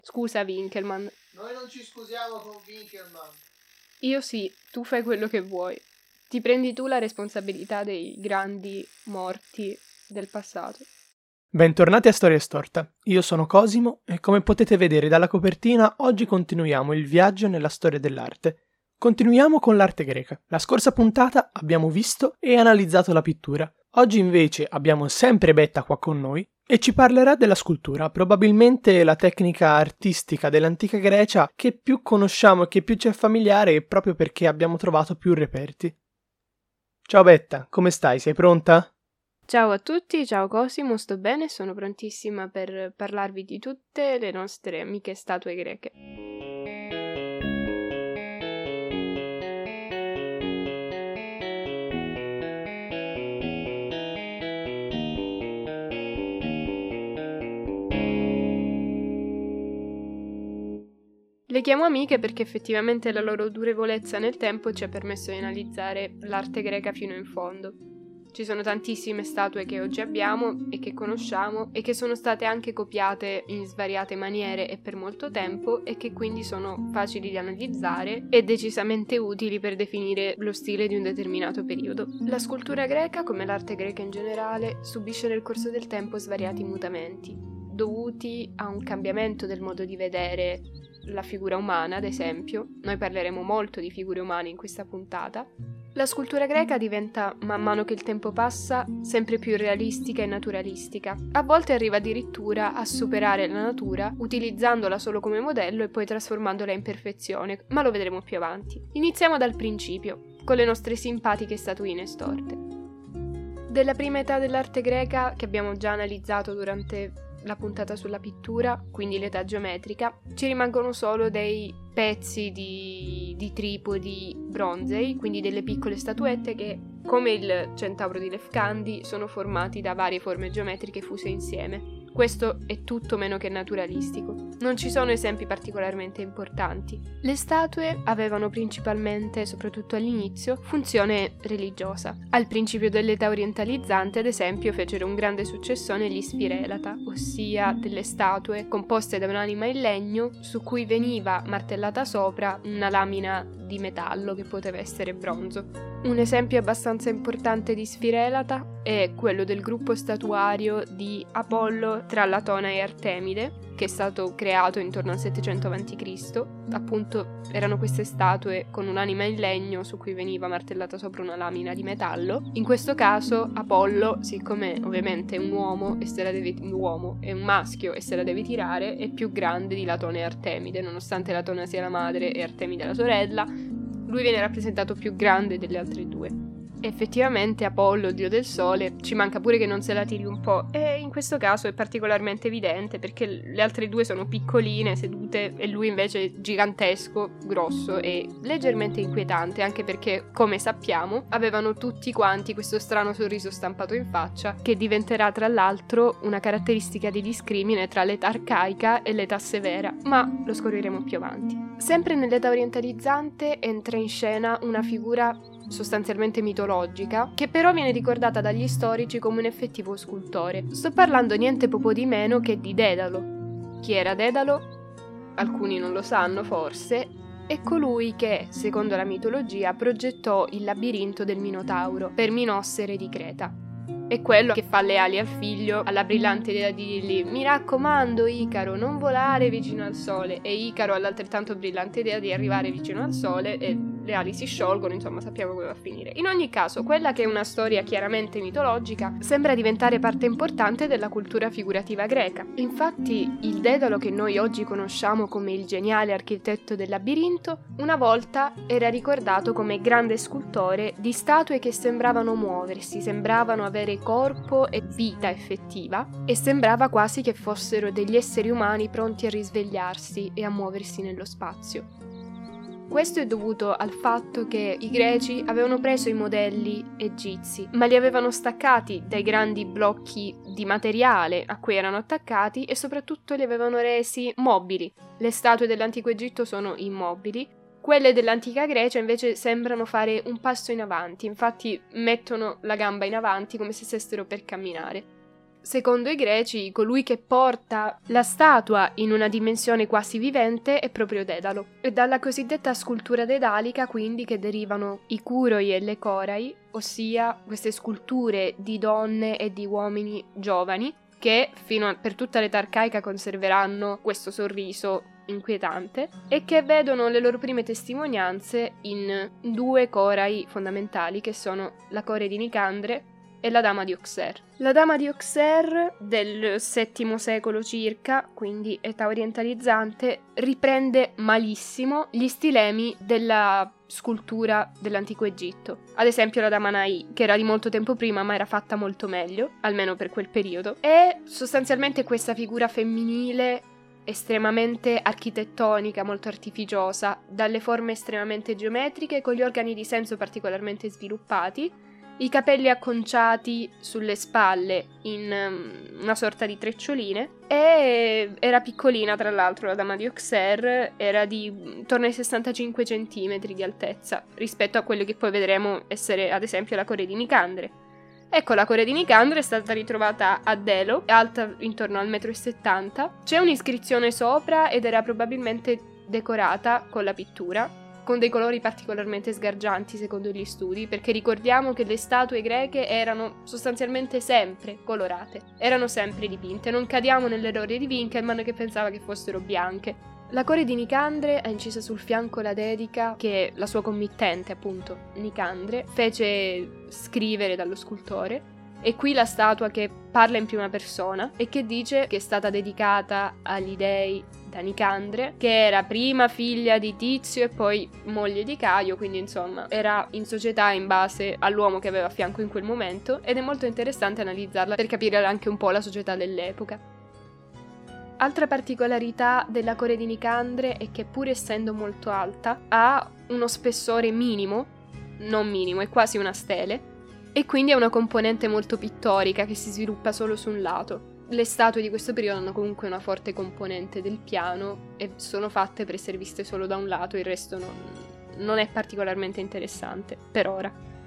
Scusa, Winkelmann. Noi non ci scusiamo con Winkelmann. Io sì, tu fai quello che vuoi. Ti prendi tu la responsabilità dei grandi morti del passato. Bentornati a Storia Storta, io sono Cosimo e come potete vedere dalla copertina oggi continuiamo il viaggio nella storia dell'arte. Continuiamo con l'arte greca. La scorsa puntata abbiamo visto e analizzato la pittura. Oggi invece abbiamo sempre Betta qua con noi e ci parlerà della scultura, probabilmente la tecnica artistica dell'antica Grecia che più conosciamo e che più ci è familiare proprio perché abbiamo trovato più reperti. Ciao Betta, come stai? Sei pronta? Ciao a tutti, ciao Cosimo, sto bene, sono prontissima per parlarvi di tutte le nostre amiche statue greche. Le chiamo amiche perché effettivamente la loro durevolezza nel tempo ci ha permesso di analizzare l'arte greca fino in fondo. Ci sono tantissime statue che oggi abbiamo e che conosciamo e che sono state anche copiate in svariate maniere e per molto tempo e che quindi sono facili di analizzare e decisamente utili per definire lo stile di un determinato periodo. La scultura greca, come l'arte greca in generale, subisce nel corso del tempo svariati mutamenti, dovuti a un cambiamento del modo di vedere la figura umana, ad esempio. Noi parleremo molto di figure umane in questa puntata. La scultura greca diventa, man mano che il tempo passa, sempre più realistica e naturalistica. A volte arriva addirittura a superare la natura, utilizzandola solo come modello e poi trasformandola in perfezione, ma lo vedremo più avanti. Iniziamo dal principio, con le nostre simpatiche statuine storte. Della prima età dell'arte greca, che abbiamo già analizzato durante la puntata sulla pittura, quindi l'età geometrica, ci rimangono solo dei pezzi di tripodi bronzei, quindi delle piccole statuette che, come il centauro di Lefkandi, sono formati da varie forme geometriche fuse insieme. Questo è tutto meno che naturalistico. Non ci sono esempi particolarmente importanti. Le statue avevano principalmente, soprattutto all'inizio, funzione religiosa. Al principio dell'età orientalizzante, ad esempio, fecero un grande successone gli sfirelata, ossia delle statue composte da un'anima in legno su cui veniva martellata sopra una lamina di metallo che poteva essere bronzo. Un esempio abbastanza importante di sfirelata è quello del gruppo statuario di Apollo tra Latona e Artemide, che è stato creato intorno al 700 a.C. Appunto erano queste statue con un'anima in legno su cui veniva martellata sopra una lamina di metallo. In questo caso Apollo, siccome ovviamente è un uomo e se la deve è un maschio e se la deve tirare, è più grande di Latona e Artemide, nonostante Latona sia la madre e Artemide la sorella. Lui viene rappresentato più grande delle altre due. Effettivamente Apollo, dio del sole, ci manca pure che non se la tiri un po', e in questo caso è particolarmente evidente perché le altre due sono piccoline, sedute, e lui invece è gigantesco, grosso e leggermente inquietante, anche perché, come sappiamo, avevano tutti quanti questo strano sorriso stampato in faccia, che diventerà tra l'altro una caratteristica di discrimine tra l'età arcaica e l'età severa, ma lo scopriremo più avanti. Sempre nell'età orientalizzante entra in scena una figura sostanzialmente mitologica, che però viene ricordata dagli storici come un effettivo scultore. Sto parlando niente poco di meno che di Dedalo. Chi era Dedalo? Alcuni non lo sanno forse. È colui che, secondo la mitologia, progettò il labirinto del Minotauro per Minossere di Creta. È quello che fa le ali al figlio alla brillante idea di dirgli: mi raccomando Icaro, non volare vicino al sole, e Icaro ha l'altrettanto brillante idea di arrivare vicino al sole e le ali si sciolgono, insomma sappiamo come va a finire. In ogni caso, quella che è una storia chiaramente mitologica sembra diventare parte importante della cultura figurativa greca. Infatti il Dedalo che noi oggi conosciamo come il geniale architetto del labirinto, una volta era ricordato come grande scultore di statue che sembravano muoversi, sembravano avere corpo e vita effettiva e sembrava quasi che fossero degli esseri umani pronti a risvegliarsi e a muoversi nello spazio. Questo è dovuto al fatto che i greci avevano preso i modelli egizi, ma li avevano staccati dai grandi blocchi di materiale a cui erano attaccati e soprattutto li avevano resi mobili. Le statue dell'antico Egitto sono immobili, quelle dell'antica Grecia invece sembrano fare un passo in avanti, infatti mettono la gamba in avanti come se stessero per camminare. Secondo i greci, colui che porta la statua in una dimensione quasi vivente è proprio Dedalo. E dalla cosiddetta scultura dedalica, quindi, che derivano i curoi e le corai, ossia queste sculture di donne e di uomini giovani, che per tutta l'età arcaica conserveranno questo sorriso inquietante e che vedono le loro prime testimonianze in due corai fondamentali, che sono la core di Nicandre e la Dama di Auxerre. La Dama di Auxerre del VII secolo circa, quindi età orientalizzante, riprende malissimo gli stilemi della scultura dell'antico Egitto. Ad esempio la Dama Nai, che era di molto tempo prima ma era fatta molto meglio, almeno per quel periodo, è sostanzialmente questa figura femminile estremamente architettonica, molto artificiosa, dalle forme estremamente geometriche, con gli organi di senso particolarmente sviluppati, i capelli acconciati sulle spalle in una sorta di treccioline, e era piccolina, tra l'altro. La Dama di Auxerre era di intorno ai 65 cm di altezza, rispetto a quello che poi vedremo essere ad esempio la core di Nicandre. Ecco, la core di Nicandre è stata ritrovata a Delo, alta intorno al 1,70 m. C'è un'iscrizione sopra ed era probabilmente decorata con la pittura, con dei colori particolarmente sgargianti secondo gli studi, perché ricordiamo che le statue greche erano sostanzialmente sempre colorate, erano sempre dipinte, non cadiamo nell'errore di Winckelmann che pensava che fossero bianche. La core di Nicandre ha inciso sul fianco la dedica che la sua committente, appunto, Nicandre, fece scrivere dallo scultore, e qui la statua che parla in prima persona e che dice che è stata dedicata agli dei da Nicandre, che era prima figlia di Tizio e poi moglie di Caio, quindi insomma era in società in base all'uomo che aveva a fianco in quel momento, ed è molto interessante analizzarla per capire anche un po' la società dell'epoca. Altra particolarità della core di Nicandre è che, pur essendo molto alta, ha uno spessore minimo, non minimo, è quasi una stele, e quindi ha una componente molto pittorica che si sviluppa solo su un lato. Le statue di questo periodo hanno comunque una forte componente del piano e sono fatte per essere viste solo da un lato, il resto non è particolarmente interessante, per ora.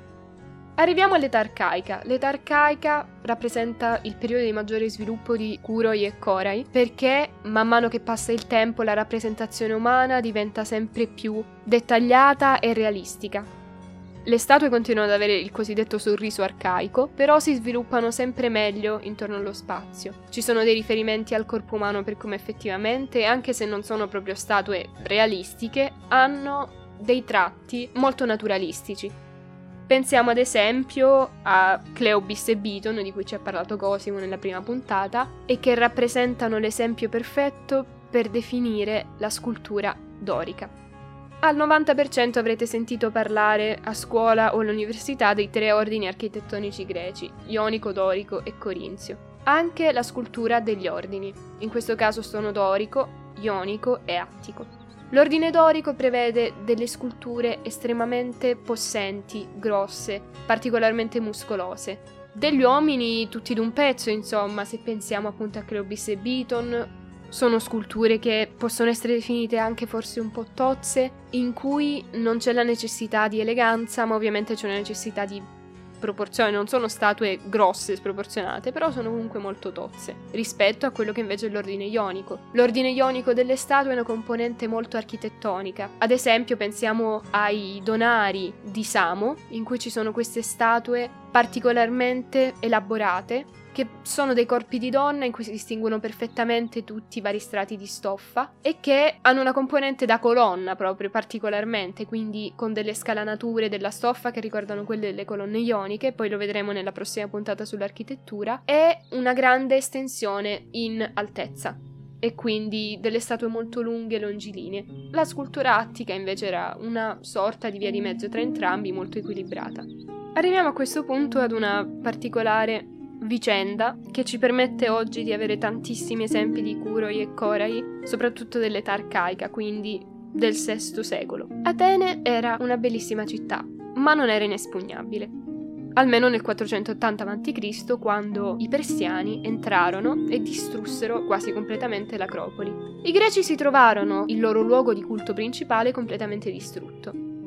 Arriviamo all'età arcaica. L'età arcaica rappresenta il periodo di maggiore sviluppo di curoi e corai, perché man mano che passa il tempo la rappresentazione umana diventa sempre più dettagliata e realistica. Le statue continuano ad avere il cosiddetto sorriso arcaico, però si sviluppano sempre meglio intorno allo spazio. Ci sono dei riferimenti al corpo umano per come effettivamente, anche se non sono proprio statue realistiche, hanno dei tratti molto naturalistici. Pensiamo ad esempio a Cleobis e Biton, di cui ci ha parlato Cosimo nella prima puntata, e che rappresentano l'esempio perfetto per definire la scultura dorica. Al 90% avrete sentito parlare a scuola o all'università dei 3 ordini architettonici greci, ionico, dorico e corinzio. Anche la scultura degli ordini, in questo caso sono dorico, ionico e attico. L'ordine dorico prevede delle sculture estremamente possenti, grosse, particolarmente muscolose. Degli uomini tutti d'un pezzo, insomma, se pensiamo appunto a Cleobis e Biton. Sono sculture che possono essere definite anche forse un po' tozze, in cui non c'è la necessità di eleganza, ma ovviamente c'è una necessità di proporzione. Non sono statue grosse, sproporzionate, però sono comunque molto tozze, rispetto a quello che invece è l'ordine ionico. L'ordine ionico delle statue è una componente molto architettonica. Ad esempio pensiamo ai donari di Samo, in cui ci sono queste statue particolarmente elaborate, che sono dei corpi di donna in cui si distinguono perfettamente tutti i vari strati di stoffa e che hanno una componente da colonna proprio particolarmente, quindi con delle scalanature della stoffa che ricordano quelle delle colonne ioniche, poi lo vedremo nella prossima puntata sull'architettura, e una grande estensione in altezza e quindi delle statue molto lunghe e longilinee. La scultura attica invece era una sorta di via di mezzo tra entrambi, molto equilibrata. Arriviamo a questo punto ad una particolare vicenda che ci permette oggi di avere tantissimi esempi di curoi e corai, soprattutto dell'età arcaica, quindi del VI secolo. Atene era una bellissima città, ma non era inespugnabile. Almeno nel 480 a.C., quando i persiani entrarono e distrussero quasi completamente l'Acropoli. I greci si trovarono il loro luogo di culto principale completamente distrutto.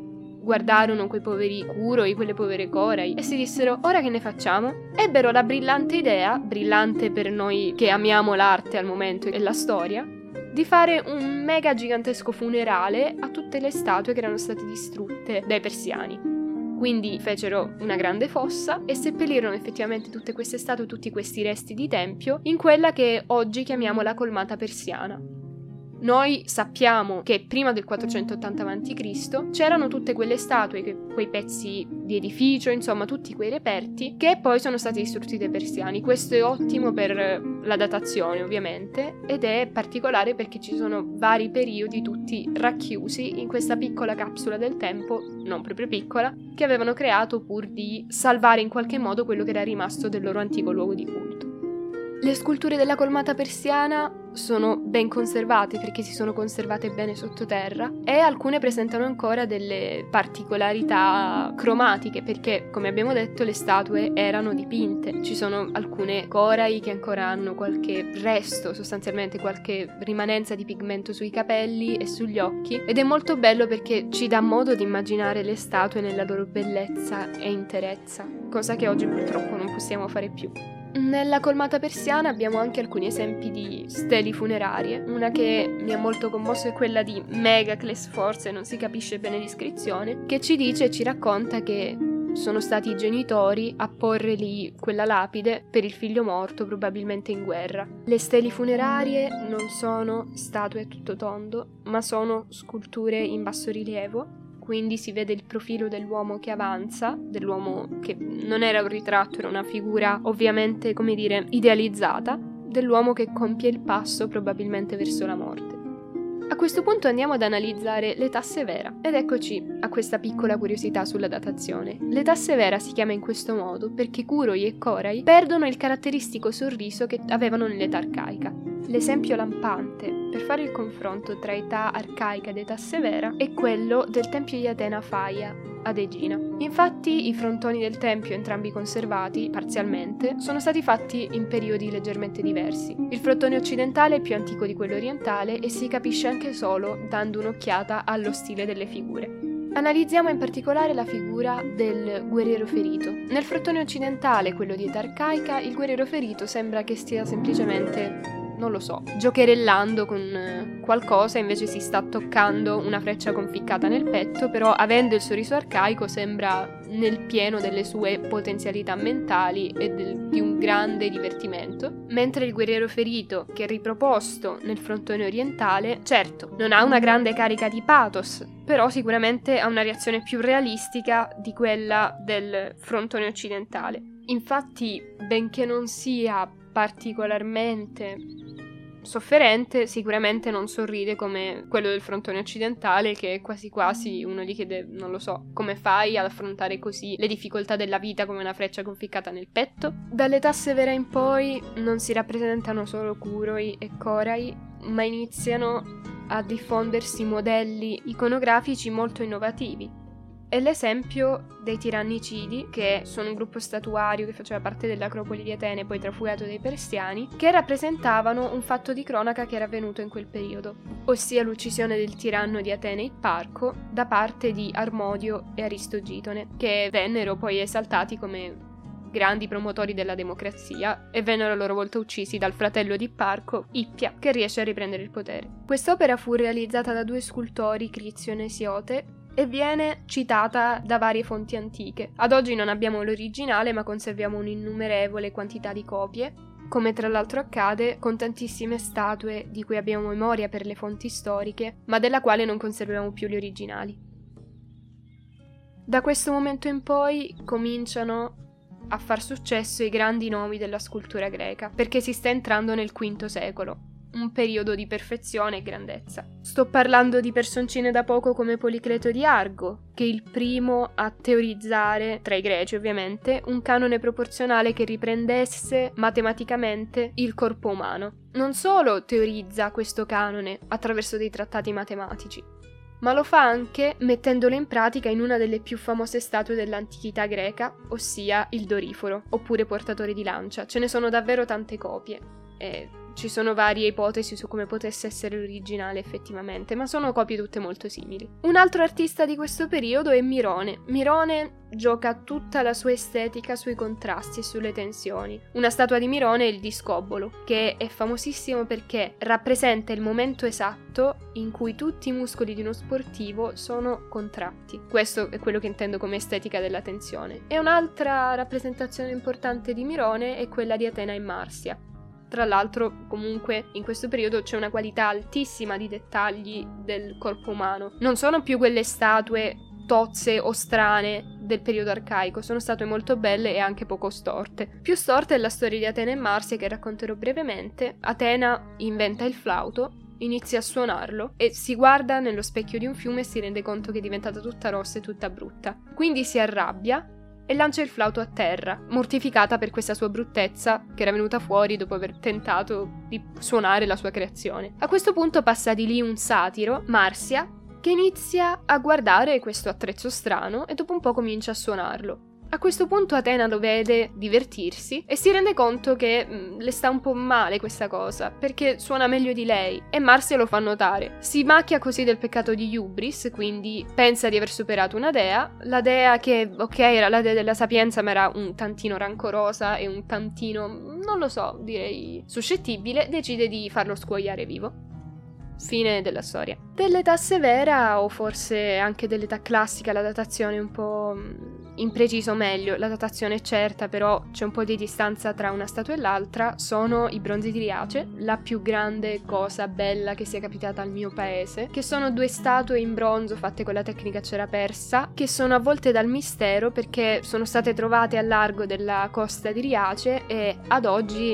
guardarono quei poveri Kuroi, quelle povere Korai e si dissero: ora che ne facciamo? Ebbero la brillante idea, brillante per noi che amiamo l'arte al momento e la storia, di fare un mega gigantesco funerale a tutte le statue che erano state distrutte dai persiani. Quindi fecero una grande fossa e seppellirono effettivamente tutte queste statue, tutti questi resti di tempio, in quella che oggi chiamiamo la colmata persiana. Noi sappiamo che prima del 480 a.C. c'erano tutte quelle statue, quei pezzi di edificio, insomma tutti quei reperti che poi sono stati distrutti dai persiani. Questo è ottimo per la datazione ovviamente ed è particolare perché ci sono vari periodi tutti racchiusi in questa piccola capsula del tempo, non proprio piccola, che avevano creato pur di salvare in qualche modo quello che era rimasto del loro antico luogo di culto. Le sculture della colmata persiana sono ben conservate perché si sono conservate bene sottoterra e alcune presentano ancora delle particolarità cromatiche perché, come abbiamo detto, le statue erano dipinte. Ci sono alcune Korai che ancora hanno qualche resto, sostanzialmente qualche rimanenza di pigmento sui capelli e sugli occhi, ed è molto bello perché ci dà modo di immaginare le statue nella loro bellezza e interezza, cosa che oggi purtroppo non possiamo fare più. Nella colmata persiana abbiamo anche alcuni esempi di steli funerarie. Una che mi ha molto commosso è quella di Megacles, forse non si capisce bene l'iscrizione, che ci dice e ci racconta che sono stati i genitori a porre lì quella lapide per il figlio morto, probabilmente in guerra. Le steli funerarie non sono statue a tutto tondo, ma sono sculture in bassorilievo. Quindi si vede il profilo dell'uomo che avanza, dell'uomo che non era un ritratto, era una figura ovviamente, come dire, idealizzata, dell'uomo che compie il passo probabilmente verso la morte. A questo punto andiamo ad analizzare l'età severa, ed eccoci a questa piccola curiosità sulla datazione. L'età severa si chiama in questo modo perché Kuroi e Korai perdono il caratteristico sorriso che avevano nell'età arcaica. L'esempio lampante per fare il confronto tra età arcaica ed età severa è quello del tempio di Atena Faia ad Egina. Infatti i frontoni del tempio, entrambi conservati parzialmente, sono stati fatti in periodi leggermente diversi. Il frontone occidentale è più antico di quello orientale e si capisce anche solo dando un'occhiata allo stile delle figure. Analizziamo in particolare la figura del guerriero ferito. Nel frontone occidentale, quello di età arcaica, il guerriero ferito sembra che stia semplicemente, non lo so, giocherellando con qualcosa, invece si sta toccando una freccia conficcata nel petto, però avendo il sorriso arcaico sembra nel pieno delle sue potenzialità mentali e di un grande divertimento, mentre il guerriero ferito, che è riproposto nel frontone orientale, certo, non ha una grande carica di pathos, però sicuramente ha una reazione più realistica di quella del frontone occidentale. Infatti, benché non sia particolarmente sofferente, sicuramente non sorride come quello del frontone occidentale, che quasi quasi uno gli chiede, non lo so, come fai ad affrontare così le difficoltà della vita come una freccia conficcata nel petto? Dall'età severa in poi non si rappresentano solo Kuroi e Korai, ma iniziano a diffondersi modelli iconografici molto innovativi. È l'esempio dei tirannicidi, che sono un gruppo statuario che faceva parte dell'Acropoli di Atene, poi trafugato dai persiani, che rappresentavano un fatto di cronaca che era avvenuto in quel periodo, ossia l'uccisione del tiranno di Atene Ipparco da parte di Armodio e Aristogitone, che vennero poi esaltati come grandi promotori della democrazia e vennero a loro volta uccisi dal fratello di Ipparco, Ippia, che riesce a riprendere il potere. Quest'opera fu realizzata da due scultori, Crizio e Esiote, e viene citata da varie fonti antiche. Ad oggi non abbiamo l'originale, ma conserviamo un'innumerevole quantità di copie, come tra l'altro accade con tantissime statue di cui abbiamo memoria per le fonti storiche, ma della quale non conserviamo più le originali. Da questo momento in poi cominciano a far successo i grandi nomi della scultura greca, perché si sta entrando nel V secolo, un periodo di perfezione e grandezza. Sto parlando di personcine da poco come Policleto di Argo, che è il primo a teorizzare, tra i greci ovviamente, un canone proporzionale che riprendesse matematicamente il corpo umano. Non solo teorizza questo canone attraverso dei trattati matematici, ma lo fa anche mettendolo in pratica in una delle più famose statue dell'antichità greca, ossia il Doriforo, oppure portatore di lancia. Ce ne sono davvero tante copie e ci sono varie ipotesi su come potesse essere l'originale effettivamente, ma sono copie tutte molto simili. Un altro artista di questo periodo è Mirone. Mirone gioca tutta la sua estetica sui contrasti e sulle tensioni. Una statua di Mirone è il Discobolo, che è famosissimo perché rappresenta il momento esatto in cui tutti i muscoli di uno sportivo sono contratti. Questo è quello che intendo come estetica della tensione. E un'altra rappresentazione importante di Mirone è quella di Atena in Marsia. Tra l'altro, comunque, in questo periodo c'è una qualità altissima di dettagli del corpo umano. Non sono più quelle statue tozze o strane del periodo arcaico, sono statue molto belle e anche poco storte. Più storta è la storia di Atena e Marsia, che racconterò brevemente. Atena inventa il flauto, inizia a suonarlo e si guarda nello specchio di un fiume e si rende conto che è diventata tutta rossa e tutta brutta. Quindi si arrabbia e lancia il flauto a terra, mortificata per questa sua bruttezza che era venuta fuori dopo aver tentato di suonare la sua creazione. A questo punto passa di lì un satiro, Marsia, che inizia a guardare questo attrezzo strano e dopo un po' comincia a suonarlo. A questo punto Atena lo vede divertirsi e si rende conto che le sta un po' male questa cosa, perché suona meglio di lei, e Marsia lo fa notare. Si macchia così del peccato di Hubris, quindi pensa di aver superato una dea, la dea che, ok, era la dea della sapienza, ma era un tantino rancorosa e un tantino, non lo so, direi suscettibile, decide di farlo scuoiare vivo. Fine della storia. Dell'età severa, o forse anche dell'età classica, la datazione è un po' impreciso, meglio, la datazione è certa, però c'è un po' di distanza tra una statua e l'altra, sono i bronzi di Riace, la più grande cosa bella che sia capitata al mio paese, che sono 2 statue in bronzo fatte con la tecnica cera persa, che sono avvolte dal mistero perché sono state trovate al largo della costa di Riace e ad oggi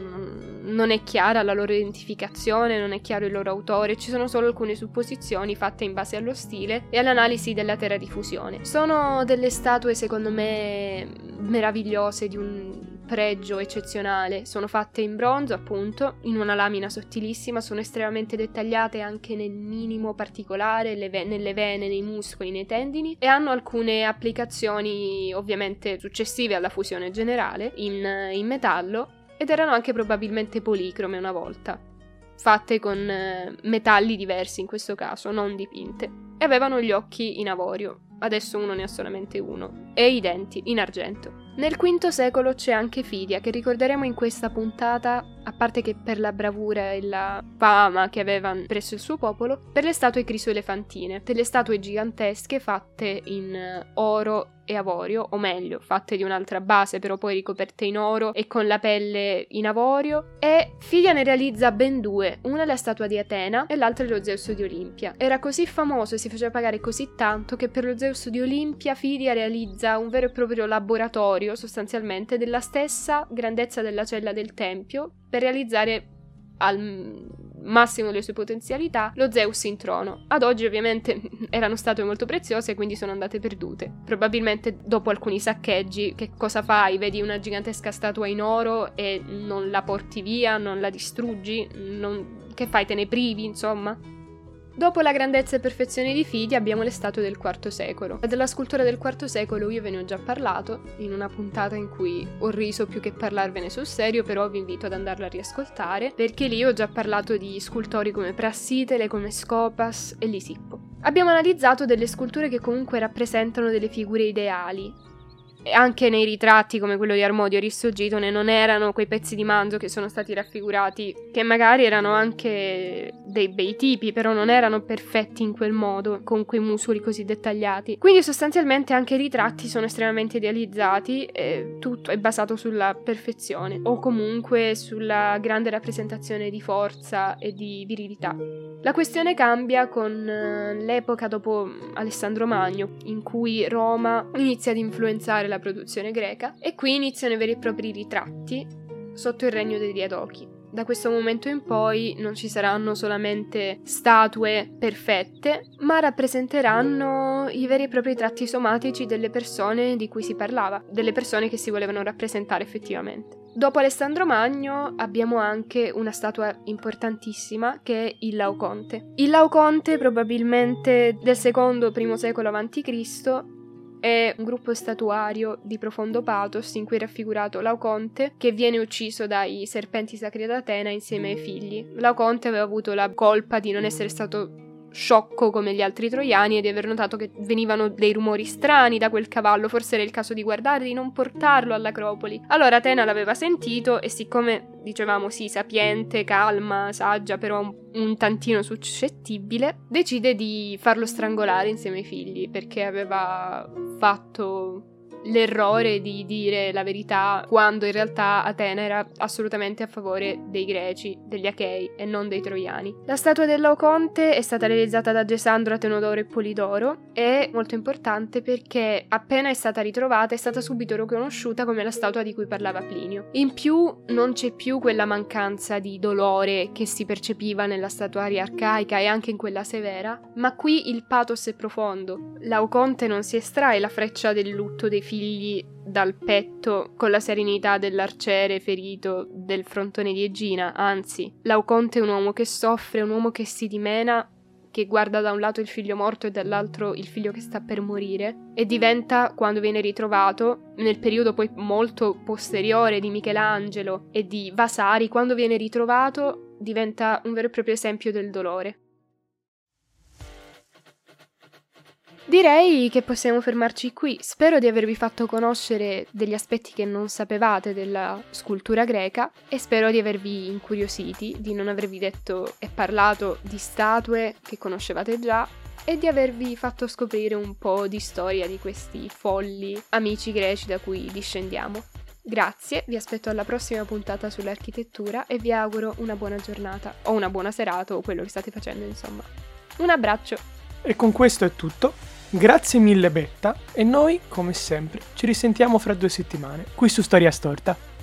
non è chiara la loro identificazione, non è chiaro il loro autore, ci sono solo alcune supposizioni fatte in base allo stile e all'analisi della terra di fusione. Sono delle statue secondo me meravigliose, di un pregio eccezionale, sono fatte in bronzo appunto, in una lamina sottilissima, sono estremamente dettagliate anche nel minimo particolare, nelle vene, nei muscoli, nei tendini, e hanno alcune applicazioni ovviamente successive alla fusione generale in metallo, ed erano anche probabilmente policrome una volta, fatte con metalli diversi in questo caso, non dipinte, e avevano gli occhi in avorio, adesso uno ne ha solamente uno, e i denti in argento. Nel V secolo c'è anche Fidia, che ricorderemo in questa puntata, a parte che per la bravura e la fama che aveva presso il suo popolo, per le statue crisoelefantine, delle statue gigantesche fatte in oro e avorio, o meglio, fatte di un'altra base però poi ricoperte in oro e con la pelle in avorio, e Fidia ne realizza ben 2, una è la statua di Atena e l'altra è lo Zeus di Olimpia. Era così famoso e si faceva pagare così tanto che per lo Zeus di Olimpia Fidia realizza un vero e proprio laboratorio sostanzialmente della stessa grandezza della cella del tempio per realizzare al massimo delle sue potenzialità lo Zeus in trono. Ad oggi ovviamente erano statue molto preziose, quindi sono andate perdute. Probabilmente dopo alcuni saccheggi, che cosa fai? Vedi una gigantesca statua in oro e non la porti via, non la distruggi, che fai? Te ne privi, insomma? Dopo la grandezza e perfezione di Fidia abbiamo le statue del IV secolo. Della scultura del IV secolo io ve ne ho già parlato in una puntata in cui ho riso più che parlarvene sul serio, però vi invito ad andarla a riascoltare, perché lì ho già parlato di scultori come Prassitele, come Scopas e Lisippo. Abbiamo analizzato delle sculture che comunque rappresentano delle figure ideali. E anche nei ritratti come quello di Armodio Aristogitone non erano quei pezzi di manzo che sono stati raffigurati, che magari erano anche dei bei tipi, però non erano perfetti in quel modo, con quei muscoli così dettagliati. Quindi sostanzialmente anche i ritratti sono estremamente idealizzati e tutto è basato sulla perfezione, o comunque sulla grande rappresentazione di forza e di virilità. La questione cambia con l'epoca dopo Alessandro Magno, in cui Roma inizia ad influenzare la produzione greca, e qui iniziano i veri e propri ritratti sotto il regno dei Diadochi. Da questo momento in poi non ci saranno solamente statue perfette, ma rappresenteranno i veri e propri tratti somatici delle persone di cui si parlava, delle persone che si volevano rappresentare effettivamente. Dopo Alessandro Magno abbiamo anche una statua importantissima che è il Laoconte. Il Laoconte probabilmente del secondo-primo secolo a.C., è un gruppo statuario di profondo pathos in cui è raffigurato Laoconte che viene ucciso dai serpenti sacri d'Atena insieme ai figli. Laoconte aveva avuto la colpa di non essere stato sciocco come gli altri troiani e di aver notato che venivano dei rumori strani da quel cavallo, forse era il caso di guardare, di non portarlo all'Acropoli. Allora Atena l'aveva sentito e siccome, dicevamo sì, sapiente, calma, saggia, però un tantino suscettibile, decide di farlo strangolare insieme ai figli perché aveva fatto l'errore di dire la verità quando in realtà Atena era assolutamente a favore dei greci, degli achei e non dei troiani. La statua del Laoconte è stata realizzata da Gesandro, Atenodoro e Polidoro. È molto importante perché appena è stata ritrovata è stata subito riconosciuta come la statua di cui parlava Plinio. In più non c'è più quella mancanza di dolore che si percepiva nella statuaria arcaica e anche in quella severa, ma qui il pathos è profondo. Laoconte non si estrae la freccia del lutto dei figli dal petto con la serenità dell'arciere ferito del frontone di Egina, anzi, Laoconte è un uomo che soffre, un uomo che si dimena, che guarda da un lato il figlio morto e dall'altro il figlio che sta per morire, e diventa, quando viene ritrovato, nel periodo poi molto posteriore di Michelangelo e di Vasari, quando viene ritrovato diventa un vero e proprio esempio del dolore. Direi che possiamo fermarci qui. Spero di avervi fatto conoscere degli aspetti che non sapevate della scultura greca e spero di avervi incuriositi, di non avervi detto e parlato di statue che conoscevate già e di avervi fatto scoprire un po' di storia di questi folli amici greci da cui discendiamo. Grazie, vi aspetto alla prossima puntata sull'architettura e vi auguro una buona giornata o una buona serata o quello che state facendo, insomma. Un abbraccio! E con questo è tutto. Grazie mille Betta e noi, come sempre, ci risentiamo fra 2 settimane, qui su Storia Storta.